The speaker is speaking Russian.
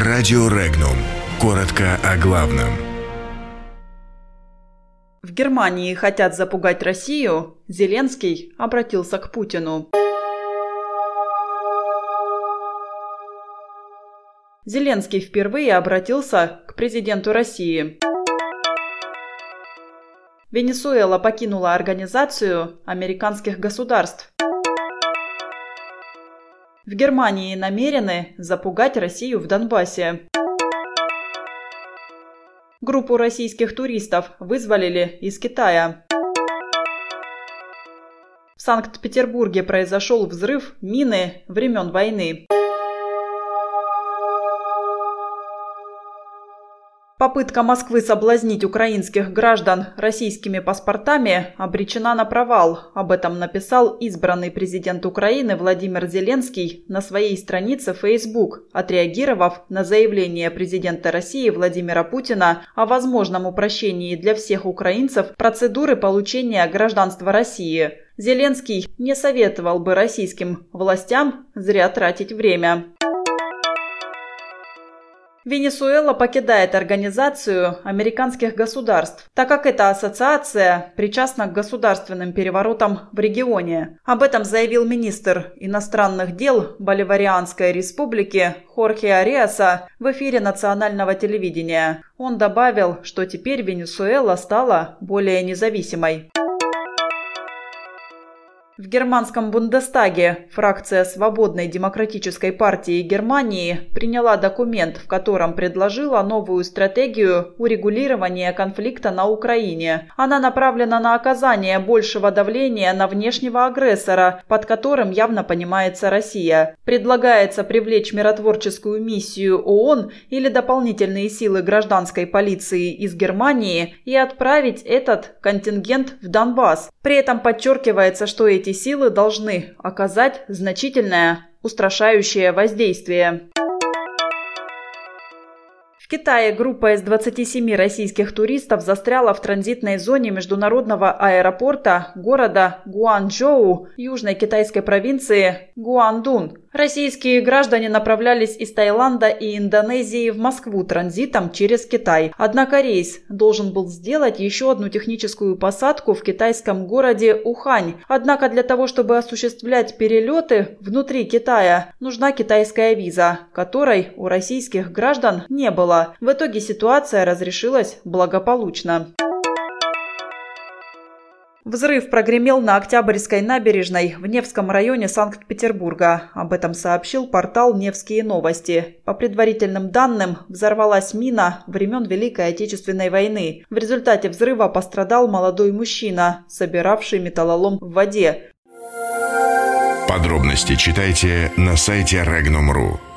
Радио Регнум. Коротко о главном. В Германии хотят запугать Россию. Зеленский обратился к Путину. Зеленский впервые обратился к президенту России. Венесуэла покинула Организацию американских государств. В Германии намерены запугать Россию в Донбассе. Группу российских туристов вызволили из Китая. В Санкт-Петербурге произошел взрыв мины времен войны. Попытка Москвы соблазнить украинских граждан российскими паспортами обречена на провал. Об этом написал избранный президент Украины Владимир Зеленский на своей странице в Facebook, отреагировав на заявление президента России Владимира Путина о возможном упрощении для всех украинцев процедуры получения гражданства России. Зеленский не советовал бы российским властям зря тратить время. Венесуэла покидает Организацию американских государств, так как эта ассоциация причастна к государственным переворотам в регионе. Об этом заявил министр иностранных дел Боливарианской республики Хорхе Ариаса в эфире национального телевидения. Он добавил, что теперь Венесуэла стала более независимой. В германском Бундестаге фракция Свободной демократической партии Германии приняла документ, в котором предложила новую стратегию урегулирования конфликта на Украине. Она направлена на оказание большего давления на внешнего агрессора, под которым явно понимается Россия. Предлагается привлечь миротворческую миссию ООН или дополнительные силы гражданской полиции из Германии и отправить этот контингент в Донбасс. При этом подчеркивается, что эти силы должны оказать значительное устрашающее воздействие. В Китае группа из 27 российских туристов застряла в транзитной зоне международного аэропорта города Гуанчжоу южной китайской провинции Гуандун. Российские граждане направлялись из Таиланда и Индонезии в Москву транзитом через Китай. Однако рейс должен был сделать еще одну техническую посадку в китайском городе Ухань. Однако для того, чтобы осуществлять перелеты внутри Китая, нужна китайская виза, которой у российских граждан не было. В итоге ситуация разрешилась благополучно. Взрыв прогремел на Октябрьской набережной в Невском районе Санкт-Петербурга. Об этом сообщил портал «Невские новости». По предварительным данным, взорвалась мина времен Великой Отечественной войны. В результате взрыва пострадал молодой мужчина, собиравший металлолом в воде. Подробности читайте на сайте Regnum.ru.